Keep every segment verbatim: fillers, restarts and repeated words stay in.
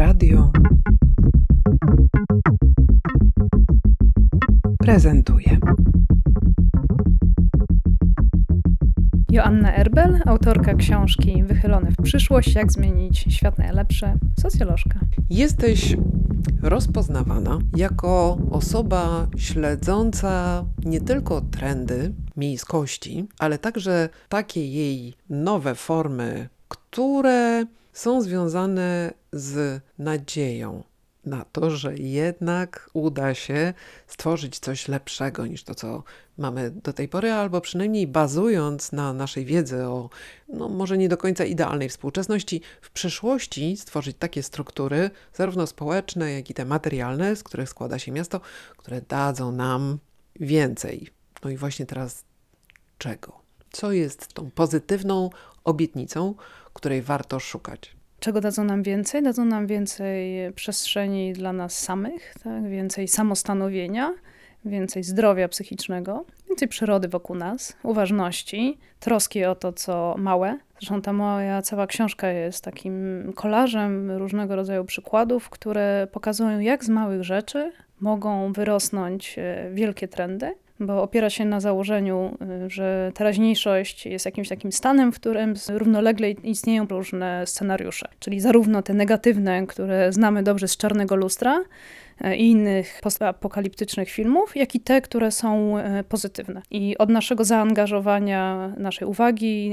Radio prezentuje Joanna Erbel, autorka książki Wychylone w przyszłość, jak zmienić świat na lepsze, socjolożka. Jesteś rozpoznawana jako osoba śledząca nie tylko trendy miejskości, ale także takie jej nowe formy, które są związane z nadzieją na to, że jednak uda się stworzyć coś lepszego niż to, co mamy do tej pory, albo przynajmniej bazując na naszej wiedzy o, no może nie do końca idealnej współczesności, w przyszłości stworzyć takie struktury, zarówno społeczne, jak i te materialne, z których składa się miasto, które dadzą nam więcej. No i właśnie teraz czego? Co jest tą pozytywną obietnicą, której warto szukać? Czego dadzą nam więcej? Dadzą nam więcej przestrzeni dla nas samych, tak? Więcej samostanowienia, więcej zdrowia psychicznego, więcej przyrody wokół nas, uważności, troski o to, co małe. Zresztą ta moja cała książka jest takim kolażem różnego rodzaju przykładów, które pokazują, jak z małych rzeczy mogą wyrosnąć wielkie trendy, bo opiera się na założeniu, że teraźniejszość jest jakimś takim stanem, w którym równolegle istnieją różne scenariusze. Czyli zarówno te negatywne, które znamy dobrze z Czarnego lustra i innych postapokaliptycznych filmów, jak i te, które są pozytywne. I od naszego zaangażowania, naszej uwagi,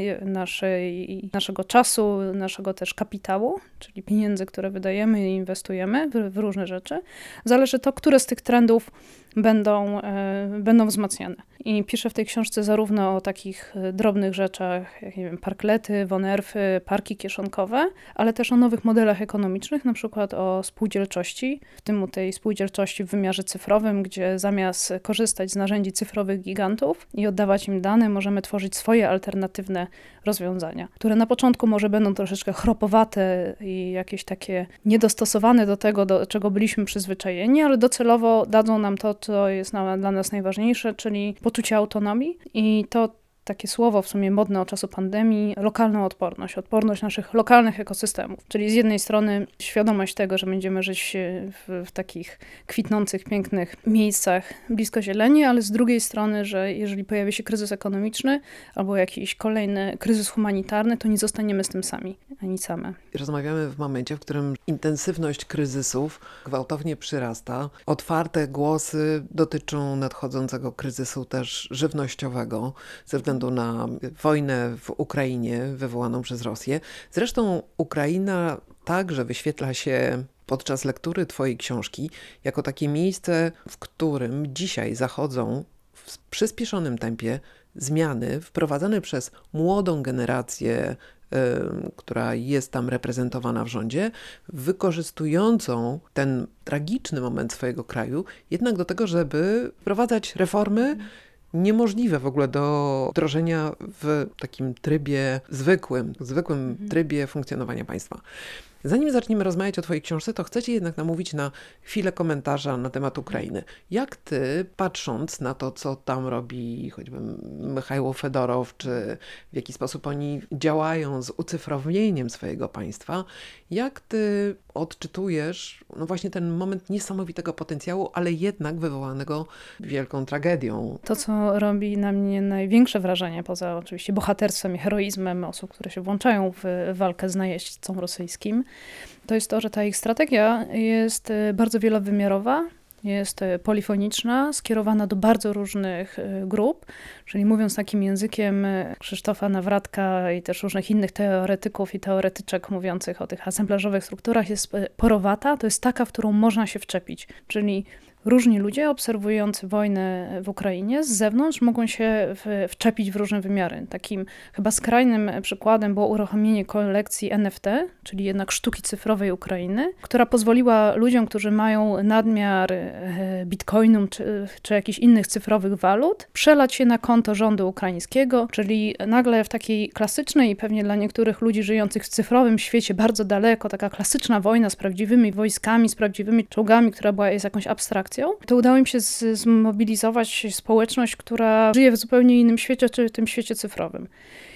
naszej, naszego czasu, naszego też kapitału, czyli pieniędzy, które wydajemy i inwestujemy w, w różne rzeczy, zależy to, które z tych trendów będą, będą wzmacniane. I piszę w tej książce zarówno o takich drobnych rzeczach, jak nie wiem, parklety, wonerfy, parki kieszonkowe, ale też o nowych modelach ekonomicznych, na przykład o spółdzielczości, w tym o tej spółdzielczości w wymiarze cyfrowym, gdzie zamiast korzystać z narzędzi cyfrowych gigantów i oddawać im dane, możemy tworzyć swoje alternatywne rozwiązania, które na początku może będą troszeczkę chropowate i jakieś takie niedostosowane do tego, do czego byliśmy przyzwyczajeni, ale docelowo dadzą nam to, co jest dla nas najważniejsze, czyli poczucie autonomii i to takie słowo w sumie modne od czasu pandemii, lokalną odporność, odporność naszych lokalnych ekosystemów. Czyli z jednej strony świadomość tego, że będziemy żyć w, w takich kwitnących, pięknych miejscach blisko zieleni, ale z drugiej strony, że jeżeli pojawi się kryzys ekonomiczny albo jakiś kolejny kryzys humanitarny, to nie zostaniemy z tym sami, ani same. Rozmawiamy w momencie, w którym intensywność kryzysów gwałtownie przyrasta. Otwarte głosy dotyczą nadchodzącego kryzysu też żywnościowego, ze względu na wojnę w Ukrainie wywołaną przez Rosję. Zresztą Ukraina także wyświetla się podczas lektury twojej książki jako takie miejsce, w którym dzisiaj zachodzą w przyspieszonym tempie zmiany wprowadzane przez młodą generację, y, która jest tam reprezentowana w rządzie, wykorzystującą ten tragiczny moment swojego kraju jednak do tego, żeby wprowadzać reformy niemożliwe w ogóle do wdrożenia w takim trybie zwykłym, zwykłym mhm. trybie funkcjonowania państwa. Zanim zaczniemy rozmawiać o twojej książce, to chcę ci jednak namówić na chwilę komentarza na temat Ukrainy. Jak ty, patrząc na to, co tam robi choćby Michajło Fedorow, czy w jaki sposób oni działają z ucyfrowieniem swojego państwa, jak ty odczytujesz no właśnie ten moment niesamowitego potencjału, ale jednak wywołanego wielką tragedią? To, co robi na mnie największe wrażenie, poza oczywiście bohaterstwem i heroizmem osób, które się włączają w walkę z najeźdźcą rosyjskim, to jest to, że ta ich strategia jest bardzo wielowymiarowa, jest polifoniczna, skierowana do bardzo różnych grup, czyli mówiąc takim językiem Krzysztofa Nawratka i też różnych innych teoretyków i teoretyczek mówiących o tych asemblażowych strukturach, jest porowata, to jest taka, w którą można się wczepić, czyli różni ludzie obserwujący wojnę w Ukrainie z zewnątrz mogą się w, wczepić w różne wymiary. Takim chyba skrajnym przykładem było uruchomienie kolekcji N F T, czyli jednak sztuki cyfrowej Ukrainy, która pozwoliła ludziom, którzy mają nadmiar bitcoinu czy, czy jakichś innych cyfrowych walut, przelać się na konto rządu ukraińskiego, czyli nagle w takiej klasycznej i pewnie dla niektórych ludzi żyjących w cyfrowym świecie bardzo daleko, taka klasyczna wojna z prawdziwymi wojskami, z prawdziwymi czołgami, która była jest jakąś abstrakcją, to udało im się z, zmobilizować społeczność, która żyje w zupełnie innym świecie, czy w tym świecie cyfrowym.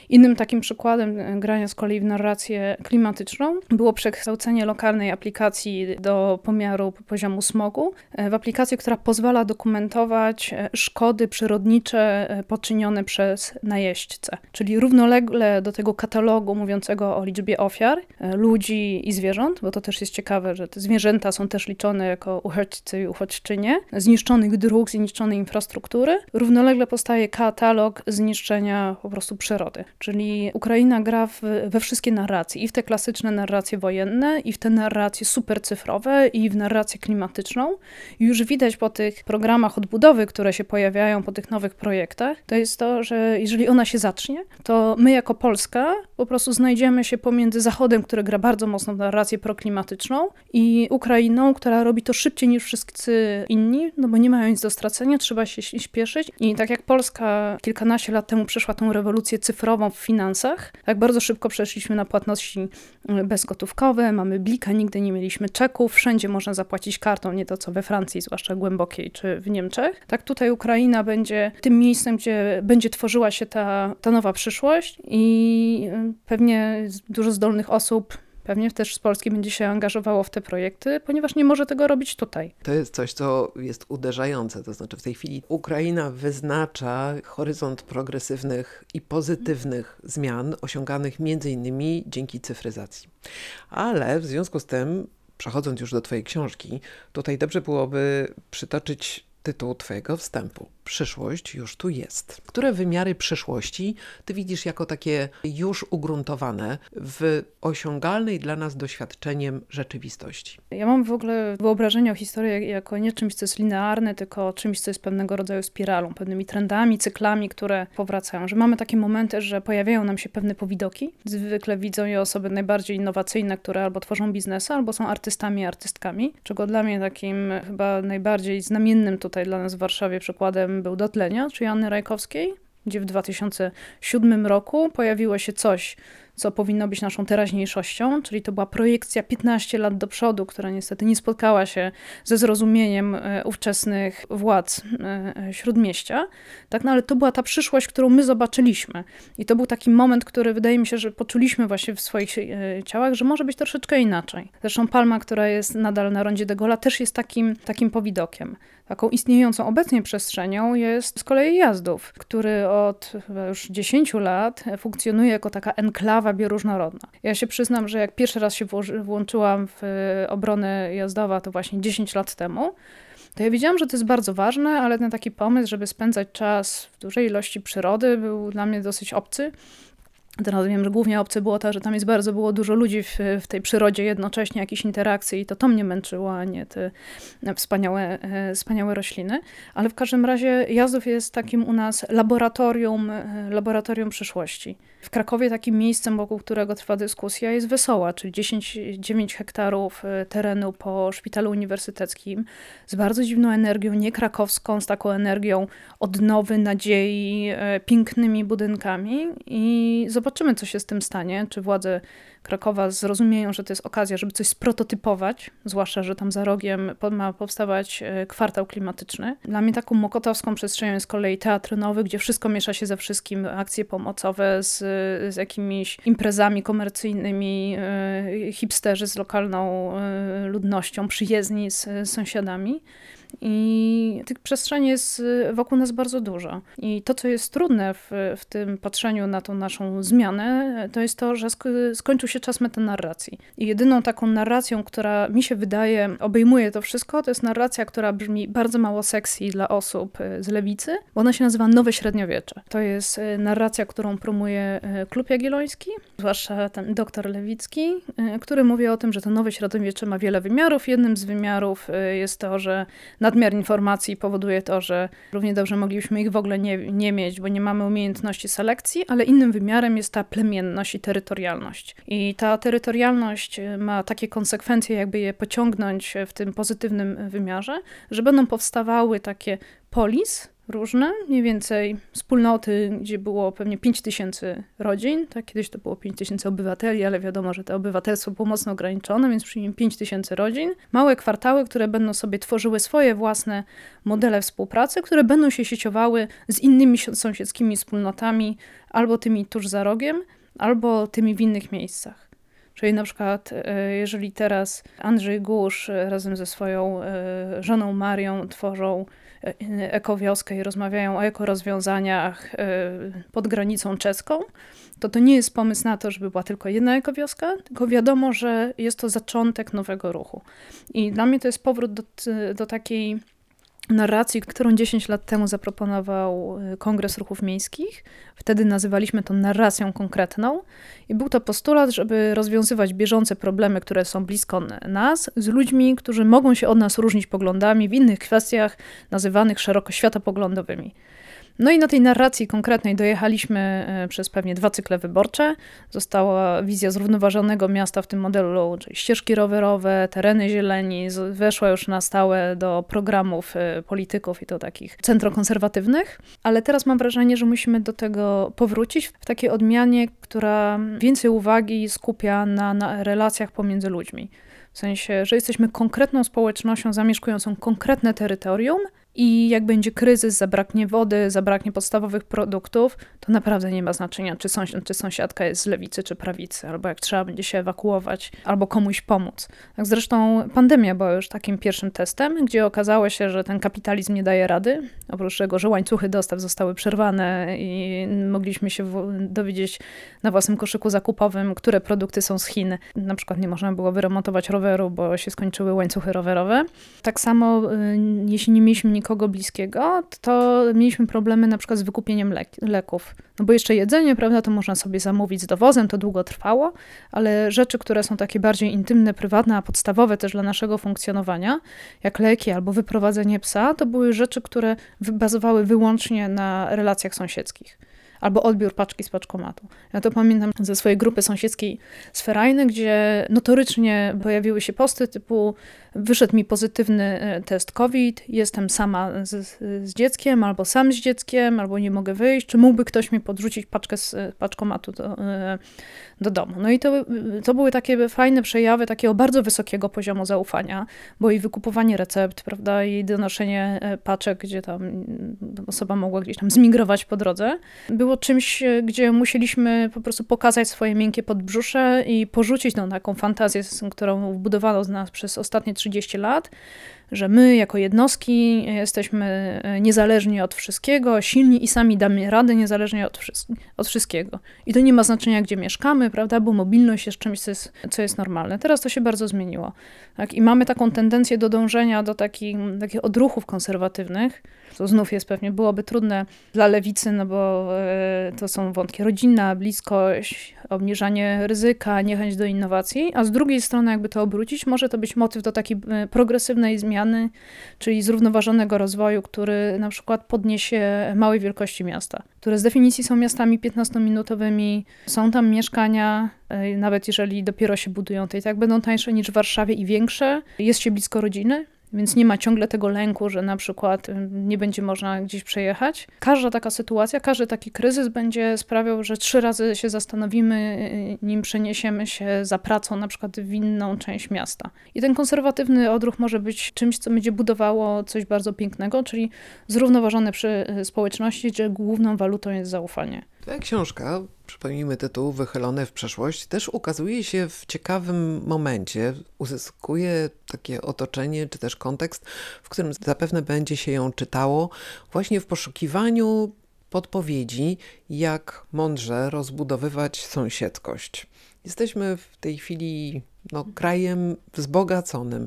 Innym takim przykładem grania z kolei w narrację klimatyczną było przekształcenie lokalnej aplikacji do pomiaru poziomu smogu w aplikację, która pozwala dokumentować szkody przyrodnicze poczynione przez najeźdźcę. Czyli równolegle do tego katalogu mówiącego o liczbie ofiar, ludzi i zwierząt, bo to też jest ciekawe, że te zwierzęta są też liczone jako uchodźcy i uchodźczynie, zniszczonych dróg, zniszczonej infrastruktury, równolegle powstaje katalog zniszczenia po prostu przyrody. Czyli Ukraina gra w, we wszystkie narracje, i w te klasyczne narracje wojenne, i w te narracje supercyfrowe, i w narrację klimatyczną. I już widać po tych programach odbudowy, które się pojawiają, po tych nowych projektach, to jest to, że jeżeli ona się zacznie, to my jako Polska po prostu znajdziemy się pomiędzy Zachodem, który gra bardzo mocno w narrację proklimatyczną, i Ukrainą, która robi to szybciej niż wszyscy inni, no bo nie mają nic do stracenia, trzeba się śpieszyć. I tak jak Polska kilkanaście lat temu przeszła tą rewolucję cyfrową w finansach, tak bardzo szybko przeszliśmy na płatności bezgotówkowe, mamy blika, nigdy nie mieliśmy czeków, wszędzie można zapłacić kartą, nie to co we Francji, zwłaszcza głębokiej, czy w Niemczech. Tak tutaj Ukraina będzie tym miejscem, gdzie będzie tworzyła się ta, ta nowa przyszłość i pewnie dużo zdolnych osób, pewnie też z Polski, będzie się angażowało w te projekty, ponieważ nie może tego robić tutaj. To jest coś, co jest uderzające. To znaczy w tej chwili Ukraina wyznacza horyzont progresywnych i pozytywnych zmian osiąganych między innymi dzięki cyfryzacji. Ale w związku z tym, przechodząc już do twojej książki, tutaj dobrze byłoby przytoczyć tytuł twojego wstępu. Przyszłość już tu jest. Które wymiary przyszłości ty widzisz jako takie już ugruntowane w osiągalnej dla nas doświadczeniem rzeczywistości? Ja mam w ogóle wyobrażenie o historii jako nie czymś, co jest linearne, tylko czymś, co jest pewnego rodzaju spiralą, pewnymi trendami, cyklami, które powracają. Że mamy takie momenty, że pojawiają nam się pewne powidoki. Zwykle widzą je osoby najbardziej innowacyjne, które albo tworzą biznesy, albo są artystami, artystkami, czego dla mnie takim chyba najbardziej znamiennym tutaj dla nas w Warszawie przykładem był Do tlenia, czyli Anny Rajkowskiej, gdzie w dwa tysiące siódmym roku pojawiło się coś, co powinno być naszą teraźniejszością, czyli to była projekcja piętnaście lat do przodu, która niestety nie spotkała się ze zrozumieniem ówczesnych władz Śródmieścia. Tak, no ale to była ta przyszłość, którą my zobaczyliśmy. I to był taki moment, który wydaje mi się, że poczuliśmy właśnie w swoich ciałach, że może być troszeczkę inaczej. Zresztą Palma, która jest nadal na rondzie de Gaulle'a, też jest takim, takim powidokiem. Taką istniejącą obecnie przestrzenią jest z kolei Jazdów, który od chyba już dziesięciu lat funkcjonuje jako taka enklawa bioróżnorodna. Ja się przyznam, że jak pierwszy raz się włoży, włączyłam w obronę Jazdowa, to właśnie dziesięć lat temu, to ja wiedziałam, że to jest bardzo ważne, ale ten taki pomysł, żeby spędzać czas w dużej ilości przyrody, był dla mnie dosyć obcy. Teraz wiem, że głównie obce było to, że tam jest bardzo było dużo ludzi w, w tej przyrodzie jednocześnie, jakichś interakcji i to to mnie męczyło, a nie te wspaniałe, e, wspaniałe rośliny. Ale w każdym razie Jazdów jest takim u nas laboratorium, e, laboratorium przyszłości. W Krakowie takim miejscem, wokół którego trwa dyskusja, jest Wesoła, czyli dziesięć, dziewięć hektarów terenu po szpitalu uniwersyteckim z bardzo dziwną energią, nie krakowską, z taką energią odnowy, nadziei, e, pięknymi budynkami i zobaczymy, co się z tym stanie, czy władze Krakowa zrozumieją, że to jest okazja, żeby coś sprototypować, zwłaszcza, że tam za rogiem ma powstawać kwartał klimatyczny. Dla mnie taką mokotowską przestrzenią jest z kolei teatr nowy, gdzie wszystko miesza się ze wszystkim, akcje pomocowe z, z jakimiś imprezami komercyjnymi, hipsterzy z lokalną ludnością, przyjezdni z sąsiadami. I tych przestrzeni jest wokół nas bardzo dużo. I to, co jest trudne w, w tym patrzeniu na tą naszą zmianę, to jest to, że sk- skończył się czas metanarracji. I jedyną taką narracją, która mi się wydaje obejmuje to wszystko, to jest narracja, która brzmi bardzo mało sexy dla osób z lewicy, bo ona się nazywa Nowe Średniowiecze. To jest narracja, którą promuje Klub Jagielloński, zwłaszcza ten doktor Lewicki, który mówi o tym, że to nowe średniowiecze ma wiele wymiarów. Jednym z wymiarów jest to, że nadmiar informacji powoduje to, że równie dobrze moglibyśmy ich w ogóle nie, nie mieć, bo nie mamy umiejętności selekcji, ale innym wymiarem jest ta plemienność i terytorialność. I ta terytorialność ma takie konsekwencje, jakby je pociągnąć w tym pozytywnym wymiarze, że będą powstawały takie polis, różne, mniej więcej wspólnoty, gdzie było pewnie pięć tysięcy rodzin, tak? Kiedyś to było pięć tysięcy obywateli, ale wiadomo, że to obywatelstwo było mocno ograniczone, więc przyjmijmy pięć tysięcy rodzin. Małe kwartały, które będą sobie tworzyły swoje własne modele współpracy, które będą się sieciowały z innymi sąsiedzkimi wspólnotami, albo tymi tuż za rogiem, albo tymi w innych miejscach. Czyli na przykład, jeżeli teraz Andrzej Gusz razem ze swoją żoną Marią tworzą ekowioskę i rozmawiają o ekorozwiązaniach pod granicą czeską, to to nie jest pomysł na to, żeby była tylko jedna ekowioska, tylko wiadomo, że jest to zaczątek nowego ruchu. I dla mnie to jest powrót do, do takiej narracji, którą dziesięć lat temu zaproponował Kongres Ruchów Miejskich. Wtedy nazywaliśmy to narracją konkretną i był to postulat, żeby rozwiązywać bieżące problemy, które są blisko nas, z ludźmi, którzy mogą się od nas różnić poglądami w innych kwestiach nazywanych szeroko światopoglądowymi. No i na tej narracji konkretnej dojechaliśmy przez pewnie dwa cykle wyborcze. Została wizja zrównoważonego miasta w tym modelu, czyli ścieżki rowerowe, tereny zieleni, weszła już na stałe do programów polityków i to takich centrokonserwatywnych. Ale teraz mam wrażenie, że musimy do tego powrócić w takiej odmianie, która więcej uwagi skupia na, na relacjach pomiędzy ludźmi. W sensie, że jesteśmy konkretną społecznością zamieszkującą konkretne terytorium i jak będzie kryzys, zabraknie wody, zabraknie podstawowych produktów, to naprawdę nie ma znaczenia, czy sąsiad, czy sąsiadka jest z lewicy, czy prawicy, albo jak trzeba będzie się ewakuować, albo komuś pomóc. Tak zresztą pandemia była już takim pierwszym testem, gdzie okazało się, że ten kapitalizm nie daje rady. Oprócz tego, że łańcuchy dostaw zostały przerwane i mogliśmy się dowiedzieć na własnym koszyku zakupowym, które produkty są z Chin. Na przykład nie można było wyremontować roweru, bo się skończyły łańcuchy rowerowe. Tak samo, jeśli nie mieliśmy nikogo bliskiego, to mieliśmy problemy na przykład z wykupieniem le- leków. No bo jeszcze jedzenie, prawda, to można sobie zamówić z dowozem, to długo trwało, ale rzeczy, które są takie bardziej intymne, prywatne, a podstawowe też dla naszego funkcjonowania, jak leki albo wyprowadzenie psa, to były rzeczy, które bazowały wyłącznie na relacjach sąsiedzkich. Albo odbiór paczki z paczkomatu. Ja to pamiętam ze swojej grupy sąsiedzkiej z Ferajny, gdzie notorycznie pojawiły się posty typu wyszedł mi pozytywny test COVID, jestem sama z, z dzieckiem, albo sam z dzieckiem, albo nie mogę wyjść, czy mógłby ktoś mi podrzucić paczkę z paczkomatu do, do domu. No i to, to były takie fajne przejawy takiego bardzo wysokiego poziomu zaufania, bo i wykupowanie recept, prawda, i donoszenie paczek, gdzie tam osoba mogła gdzieś tam zmigrować po drodze, było czymś, gdzie musieliśmy po prostu pokazać swoje miękkie podbrzusze i porzucić tą taką fantazję, którą wbudowano z nas przez ostatnie trzydzieści lat, że my jako jednostki jesteśmy niezależni od wszystkiego, silni i sami damy radę niezależnie od, wszyst- od wszystkiego. I to nie ma znaczenia, gdzie mieszkamy, prawda, bo mobilność jest czymś, co jest, co jest normalne. Teraz to się bardzo zmieniło. Tak? I mamy taką tendencję do dążenia do takich, takich odruchów konserwatywnych. To znów jest pewnie, byłoby trudne dla lewicy, no bo e, to są wątki rodzinna, bliskość, obniżanie ryzyka, niechęć do innowacji, a z drugiej strony jakby to obrócić, może to być motyw do takiej progresywnej zmiany, czyli zrównoważonego rozwoju, który na przykład podniesie małej wielkości miasta, które z definicji są miastami piętnastominutowymi, są tam mieszkania, e, nawet jeżeli dopiero się budują, to i tak będą tańsze niż w Warszawie i większe, jest się blisko rodziny. Więc nie ma ciągle tego lęku, że na przykład nie będzie można gdzieś przejechać. Każda taka sytuacja, każdy taki kryzys będzie sprawiał, że trzy razy się zastanowimy, nim przeniesiemy się za pracą na przykład w inną część miasta. I ten konserwatywny odruch może być czymś, co będzie budowało coś bardzo pięknego, czyli zrównoważone przy społeczności, gdzie główną walutą jest zaufanie. Ta książka, przypomnijmy tytuł, Wychylone w przeszłość, też ukazuje się w ciekawym momencie, uzyskuje takie otoczenie, czy też kontekst, w którym zapewne będzie się ją czytało, właśnie w poszukiwaniu podpowiedzi, jak mądrze rozbudowywać sąsiedzkość. Jesteśmy w tej chwili no, krajem wzbogaconym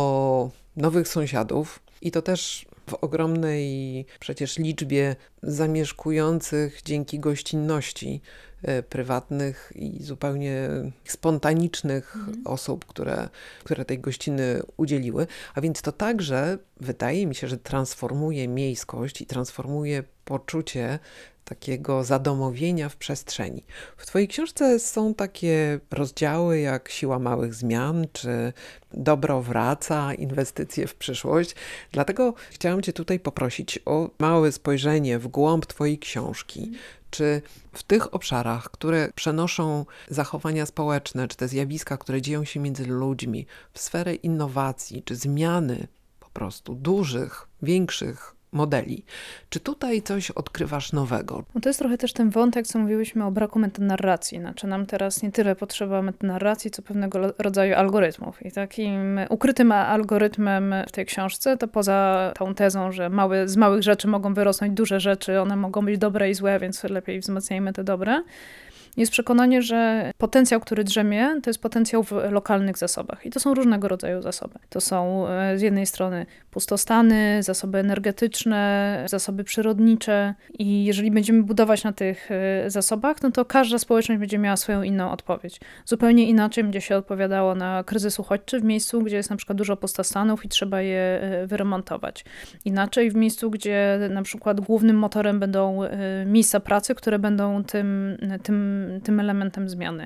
o nowych sąsiadów i to też w ogromnej przecież liczbie zamieszkujących dzięki gościnności y, prywatnych i zupełnie spontanicznych mhm. osób, które, które tej gościny udzieliły. A więc to także wydaje mi się, że transformuje miejskość i transformuje poczucie takiego zadomowienia w przestrzeni. W Twojej książce są takie rozdziały jak siła małych zmian, czy dobro wraca, inwestycje w przyszłość. Dlatego chciałam Cię tutaj poprosić o małe spojrzenie w głąb Twojej książki. Czy w tych obszarach, które przenoszą zachowania społeczne, czy te zjawiska, które dzieją się między ludźmi, w sferę innowacji, czy zmiany po prostu dużych, większych modeli, czy tutaj coś odkrywasz nowego? No to jest trochę też ten wątek, co mówiłyśmy o braku metanarracji. Znaczy nam teraz nie tyle potrzeba metanarracji, co pewnego lo- rodzaju algorytmów. I takim ukrytym a- algorytmem w tej książce, to poza tą tezą, że małe, z małych rzeczy mogą wyrosnąć duże rzeczy, one mogą być dobre i złe, więc lepiej wzmacniajmy te dobre, jest przekonanie, że potencjał, który drzemie, to jest potencjał w lokalnych zasobach. I to są różnego rodzaju zasoby. To są e, z jednej strony pustostany, zasoby energetyczne, zasoby przyrodnicze. I jeżeli będziemy budować na tych e, zasobach, no to każda społeczność będzie miała swoją inną odpowiedź. Zupełnie inaczej będzie się odpowiadało na kryzys uchodźczy w miejscu, gdzie jest na przykład dużo pustostanów i trzeba je e, wyremontować. Inaczej w miejscu, gdzie na przykład głównym motorem będą e, miejsca pracy, które będą tym, tym tym elementem zmiany.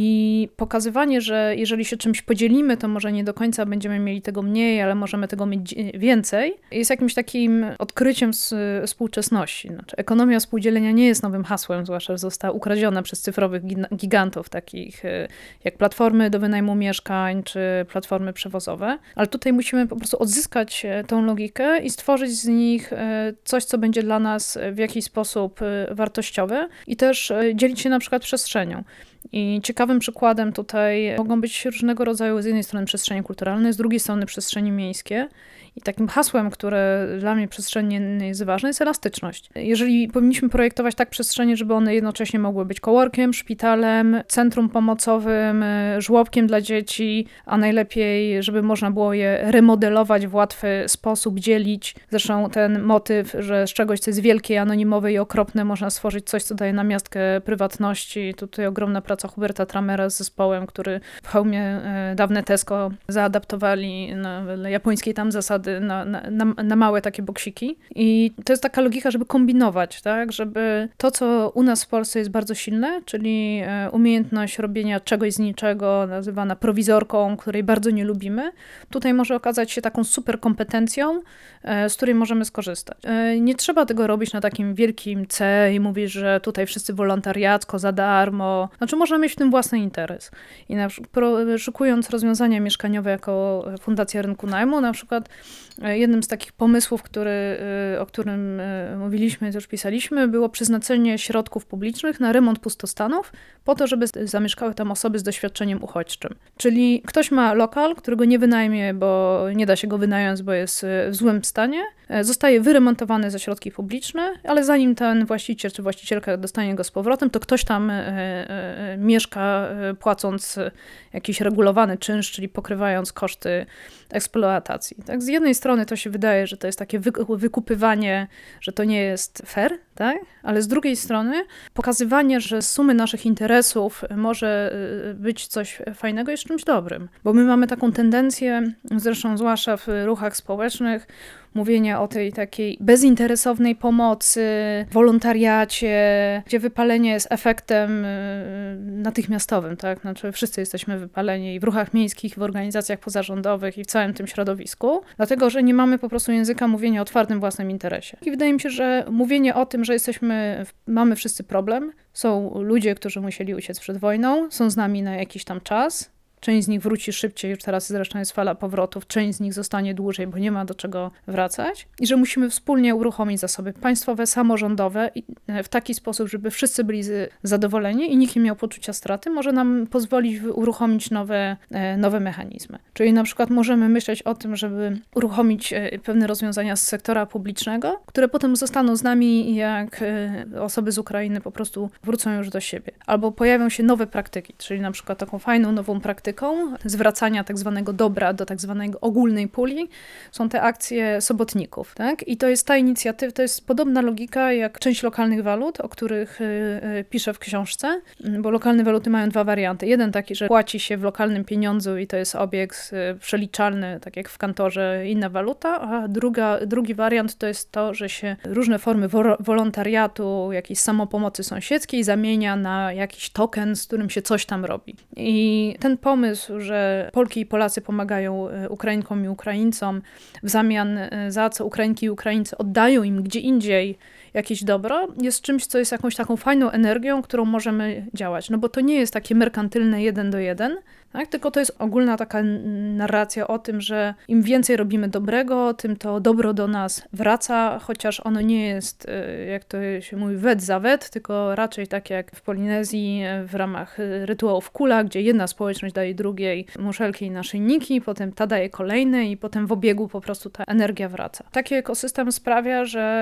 I pokazywanie, że jeżeli się czymś podzielimy, to może nie do końca będziemy mieli tego mniej, ale możemy tego mieć więcej, jest jakimś takim odkryciem z współczesności. Znaczy, ekonomia współdzielenia nie jest nowym hasłem, zwłaszcza, że została ukradziona przez cyfrowych gigantów, takich jak platformy do wynajmu mieszkań, czy platformy przewozowe. Ale tutaj musimy po prostu odzyskać tą logikę i stworzyć z nich coś, co będzie dla nas w jakiś sposób wartościowe i też dzielić się na przykład przestrzenią. I ciekawym przykładem tutaj mogą być różnego rodzaju, z jednej strony przestrzenie kulturalne, z drugiej strony przestrzenie miejskie. I takim hasłem, które dla mnie przestrzennie jest ważne, jest elastyczność. Jeżeli powinniśmy projektować tak przestrzenie, żeby one jednocześnie mogły być coworkiem, szpitalem, centrum pomocowym, żłobkiem dla dzieci, a najlepiej, żeby można było je remodelować w łatwy sposób, dzielić. Zresztą ten motyw, że z czegoś, co jest wielkie, anonimowe i okropne, można stworzyć coś, co daje namiastkę prywatności. Tutaj ogromna praca Huberta Tramera z zespołem, który w hełmie dawne Tesco zaadaptowali na japońskiej tam zasady Na, na, na małe takie boksiki. I to jest taka logika, żeby kombinować, tak? Żeby to, co u nas w Polsce jest bardzo silne, czyli umiejętność robienia czegoś z niczego, nazywana prowizorką, której bardzo nie lubimy, tutaj może okazać się taką super kompetencją, z której możemy skorzystać. Nie trzeba tego robić na takim wielkim C i mówić, że tutaj wszyscy wolontariacko, za darmo. Znaczy można mieć w tym własny interes. I na przykład szukując rozwiązania mieszkaniowe jako Fundacja Rynku Najmu, na przykład jednym z takich pomysłów, który, o którym mówiliśmy, już pisaliśmy, było przeznaczenie środków publicznych na remont pustostanów po to, żeby zamieszkały tam osoby z doświadczeniem uchodźczym. Czyli ktoś ma lokal, którego nie wynajmie, bo nie da się go wynająć, bo jest w złym stanie, zostaje wyremontowany za środki publiczne, ale zanim ten właściciel czy właścicielka dostanie go z powrotem, to ktoś tam mieszka, płacąc jakiś regulowany czynsz, czyli pokrywając koszty eksploatacji. Tak? Z jednej strony to się wydaje, że to jest takie wykupywanie, że to nie jest fair, tak? Ale z drugiej strony pokazywanie, że z sumy naszych interesów może być coś fajnego, jest czymś dobrym. Bo my mamy taką tendencję, zresztą zwłaszcza w ruchach społecznych, mówienia o tej takiej bezinteresownej pomocy, wolontariacie, gdzie wypalenie jest efektem natychmiastowym, tak? Znaczy wszyscy jesteśmy wypaleni i w ruchach miejskich, w organizacjach pozarządowych i w całym tym środowisku, dlatego, że nie mamy po prostu języka mówienia o twardym własnym interesie. I wydaje mi się, że mówienie o tym, że jesteśmy, mamy wszyscy problem, są ludzie, którzy musieli uciec przed wojną, są z nami na jakiś tam czas, część z nich wróci szybciej, już teraz zresztą jest fala powrotów, część z nich zostanie dłużej, bo nie ma do czego wracać. I że musimy wspólnie uruchomić zasoby państwowe, samorządowe w taki sposób, żeby wszyscy byli zadowoleni i nikt nie miał poczucia straty, może nam pozwolić uruchomić nowe, nowe mechanizmy. Czyli na przykład możemy myśleć o tym, żeby uruchomić pewne rozwiązania z sektora publicznego, które potem zostaną z nami, jak osoby z Ukrainy po prostu wrócą już do siebie. Albo pojawią się nowe praktyki, czyli na przykład taką fajną, nową praktykę praktyką zwracania tak zwanego dobra do tak zwanego ogólnej puli są te akcje sobotników. Tak? I to jest ta inicjatywa, to jest podobna logika jak część lokalnych walut, o których y, y, piszę w książce, bo lokalne waluty mają dwa warianty. Jeden taki, że płaci się w lokalnym pieniądzu i to jest obiekt y, przeliczalny, tak jak w kantorze, inna waluta, a druga, drugi wariant to jest to, że się różne formy wo- wolontariatu, jakiejś samopomocy sąsiedzkiej zamienia na jakiś token, z którym się coś tam robi. I ten pomysł, że Polki i Polacy pomagają Ukrainkom i Ukraińcom w zamian za co Ukrainki i Ukraińcy oddają im gdzie indziej jakieś dobro, jest czymś, co jest jakąś taką fajną energią, którą możemy działać. No bo to nie jest takie merkantylne jeden do jeden, tak? Tylko to jest ogólna taka narracja o tym, że im więcej robimy dobrego, tym to dobro do nas wraca, chociaż ono nie jest, jak to się mówi, wet za wet, tylko raczej tak jak w Polinezji w ramach rytuałów kula, gdzie jedna społeczność daje drugiej muszelki i naszyjniki, potem ta daje kolejne i potem w obiegu po prostu ta energia wraca. Taki ekosystem sprawia,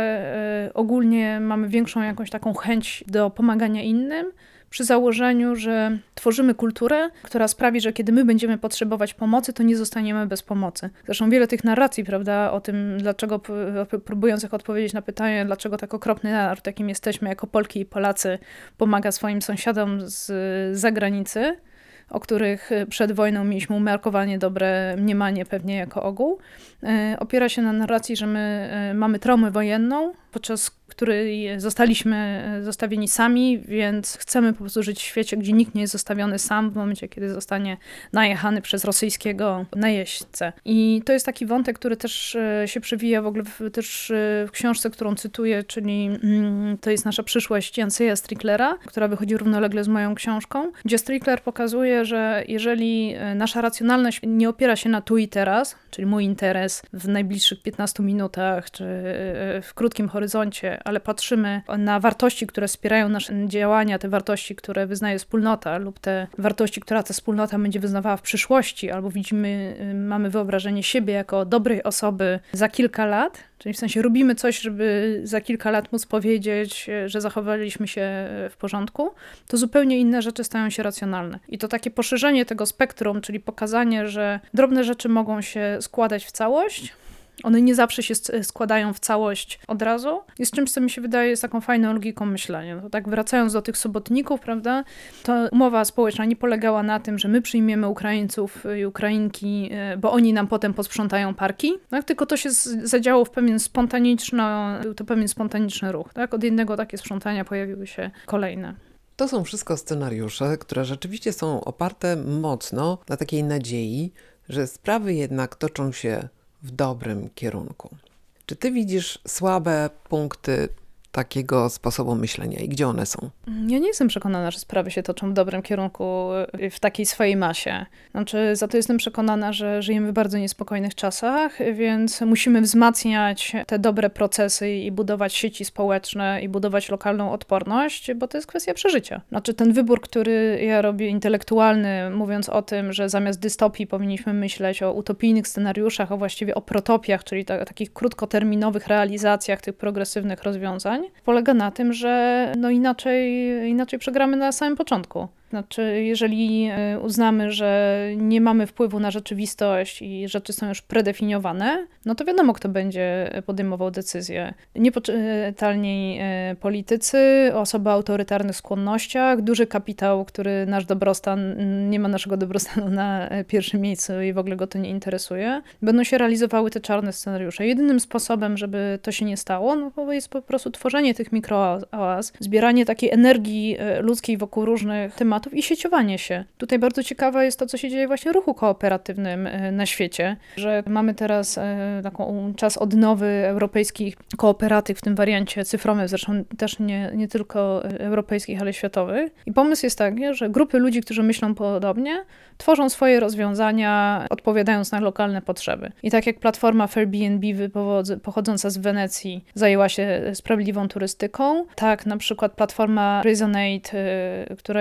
że ogólnie mamy większą jakąś taką chęć do pomagania innym, przy założeniu, że tworzymy kulturę, która sprawi, że kiedy my będziemy potrzebować pomocy, to nie zostaniemy bez pomocy. Zresztą wiele tych narracji, prawda, o tym, dlaczego, próbując odpowiedzieć na pytanie, dlaczego tak okropny naród, jakim jesteśmy jako Polki i Polacy, pomaga swoim sąsiadom z zagranicy, o których przed wojną mieliśmy umiarkowanie dobre mniemanie pewnie jako ogół, opiera się na narracji, że my mamy traumę wojenną, podczas której zostaliśmy zostawieni sami, więc chcemy po prostu żyć w świecie, gdzie nikt nie jest zostawiony sam w momencie, kiedy zostanie najechany przez rosyjskiego najeźdźcę. I to jest taki wątek, który też się przewija w ogóle w, też w książce, którą cytuję, czyli mm, to jest nasza przyszłość Janceja Stricklera, która wychodzi równolegle z moją książką, gdzie Strickler pokazuje, że jeżeli nasza racjonalność nie opiera się na tu i teraz, czyli mój interes w najbliższych piętnastu minutach, czy w krótkim horyzoncie, ale patrzymy na wartości, które wspierają nasze działania, te wartości, które wyznaje wspólnota lub te wartości, które ta wspólnota będzie wyznawała w przyszłości, albo widzimy, mamy wyobrażenie siebie jako dobrej osoby za kilka lat, czyli w sensie robimy coś, żeby za kilka lat móc powiedzieć, że zachowaliśmy się w porządku, to zupełnie inne rzeczy stają się racjonalne. I to takie poszerzenie tego spektrum, czyli pokazanie, że drobne rzeczy mogą się składać w całość, one nie zawsze się składają w całość od razu, jest czymś, co mi się wydaje jest taką fajną logiką myślenia. No tak wracając do tych sobotników, prawda, to umowa społeczna nie polegała na tym, że my przyjmiemy Ukraińców i Ukrainki, bo oni nam potem posprzątają parki, tak? Tylko to się zadziało w pewien spontaniczny, był to pewien spontaniczny ruch. Tak? Od jednego takie sprzątania pojawiły się kolejne. To są wszystko scenariusze, które rzeczywiście są oparte mocno na takiej nadziei, że sprawy jednak toczą się w dobrym kierunku. Czy ty widzisz słabe punkty takiego sposobu myślenia i gdzie one są? Ja nie jestem przekonana, że sprawy się toczą w dobrym kierunku w takiej swojej masie. Znaczy, za to jestem przekonana, że żyjemy w bardzo niespokojnych czasach, więc musimy wzmacniać te dobre procesy i budować sieci społeczne i budować lokalną odporność, bo to jest kwestia przeżycia. Znaczy, ten wybór, który ja robię intelektualny, mówiąc o tym, że zamiast dystopii powinniśmy myśleć o utopijnych scenariuszach, a właściwie o protopiach, czyli ta, takich krótkoterminowych realizacjach tych progresywnych rozwiązań, polega na tym, że no inaczej, inaczej przegramy na samym początku. Znaczy, jeżeli uznamy, że nie mamy wpływu na rzeczywistość i rzeczy są już predefiniowane, no to wiadomo, kto będzie podejmował decyzje. Niepoczytalni politycy, osoby o autorytarnych skłonnościach, duży kapitał, który nasz dobrostan, nie ma naszego dobrostanu na pierwszym miejscu i w ogóle go to nie interesuje, będą się realizowały te czarne scenariusze. Jedynym sposobem, żeby to się nie stało, no jest po prostu tworzenie tych mikrooaz, zbieranie takiej energii ludzkiej wokół różnych tematów i sieciowanie się. Tutaj bardzo ciekawe jest to, co się dzieje właśnie w ruchu kooperatywnym na świecie, że mamy teraz taką czas odnowy europejskich kooperatyw w tym wariancie cyfrowym, zresztą też nie, nie tylko europejskich, ale światowych. I pomysł jest taki, że grupy ludzi, którzy myślą podobnie, tworzą swoje rozwiązania, odpowiadając na lokalne potrzeby. I tak jak platforma Airbnb pochodząca z Wenecji zajęła się sprawiedliwą turystyką, tak na przykład platforma Resonate, która jest z Irlandii,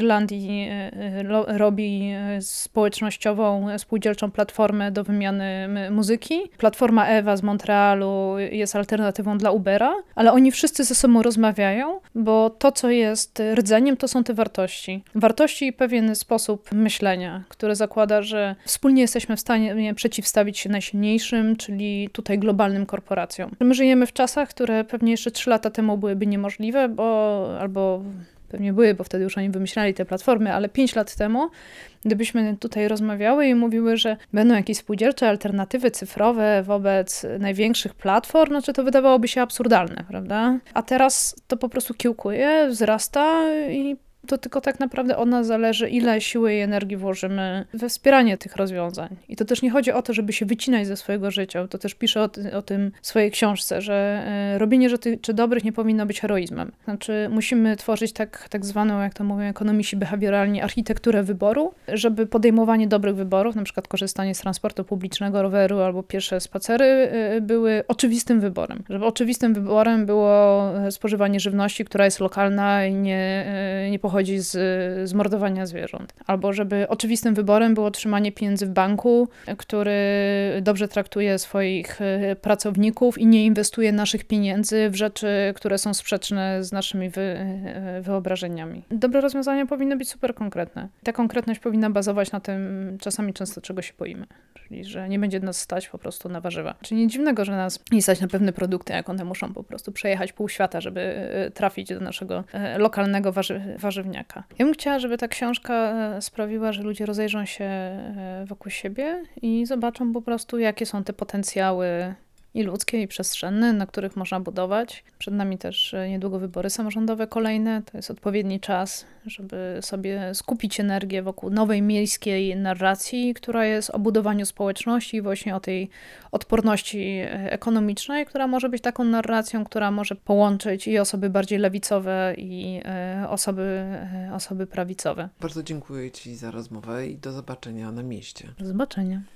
Irlandii e, lo, robi e, społecznościową, e, spółdzielczą platformę do wymiany m, muzyki. Platforma Ewa z Montrealu jest alternatywą dla Ubera, ale oni wszyscy ze sobą rozmawiają, bo to, co jest rdzeniem, to są te wartości. Wartości i pewien sposób myślenia, który zakłada, że wspólnie jesteśmy w stanie przeciwstawić się najsilniejszym, czyli tutaj globalnym korporacjom. My żyjemy w czasach, które pewnie jeszcze trzy lata temu byłyby niemożliwe, bo albo pewnie były, bo wtedy już oni wymyślali te platformy, ale pięć lat temu, gdybyśmy tutaj rozmawiały i mówiły, że będą jakieś spółdzielcze alternatywy cyfrowe wobec największych platform, no to to wydawałoby się absurdalne, prawda? A teraz to po prostu kiełkuje, wzrasta i to tylko tak naprawdę od nas zależy, ile siły i energii włożymy we wspieranie tych rozwiązań. I to też nie chodzi o to, żeby się wycinać ze swojego życia. To też piszę o, ty, o tym w swojej książce, że e, robienie rzeczy dobrych nie powinno być heroizmem. Znaczy musimy tworzyć tak, tak zwaną, jak to mówią ekonomiści behawioralni, architekturę wyboru, żeby podejmowanie dobrych wyborów, na przykład korzystanie z transportu publicznego, roweru albo piesze spacery, e, były oczywistym wyborem. Żeby oczywistym wyborem było spożywanie żywności, która jest lokalna i nie, e, nie pochodzi z, z mordowania zwierząt. Albo żeby oczywistym wyborem było trzymanie pieniędzy w banku, który dobrze traktuje swoich pracowników i nie inwestuje naszych pieniędzy w rzeczy, które są sprzeczne z naszymi wy, wyobrażeniami. Dobre rozwiązania powinny być super konkretne. Ta konkretność powinna bazować na tym czasami często, czego się boimy. Czyli, że nie będzie nas stać po prostu na warzywa. Czyli nic dziwnego, że nas nie stać na pewne produkty, jak one muszą po prostu przejechać pół świata, żeby trafić do naszego lokalnego warzy, warzywniaka. Ja bym chciała, żeby ta książka sprawiła, że ludzie rozejrzą się wokół siebie i zobaczą po prostu, jakie są te potencjały i ludzkie, i przestrzenne, na których można budować. Przed nami też niedługo wybory samorządowe kolejne. To jest odpowiedni czas, żeby sobie skupić energię wokół nowej miejskiej narracji, która jest o budowaniu społeczności i właśnie o tej odporności ekonomicznej, która może być taką narracją, która może połączyć i osoby bardziej lewicowe, i osoby, osoby prawicowe. Bardzo dziękuję Ci za rozmowę i do zobaczenia na mieście. Do zobaczenia.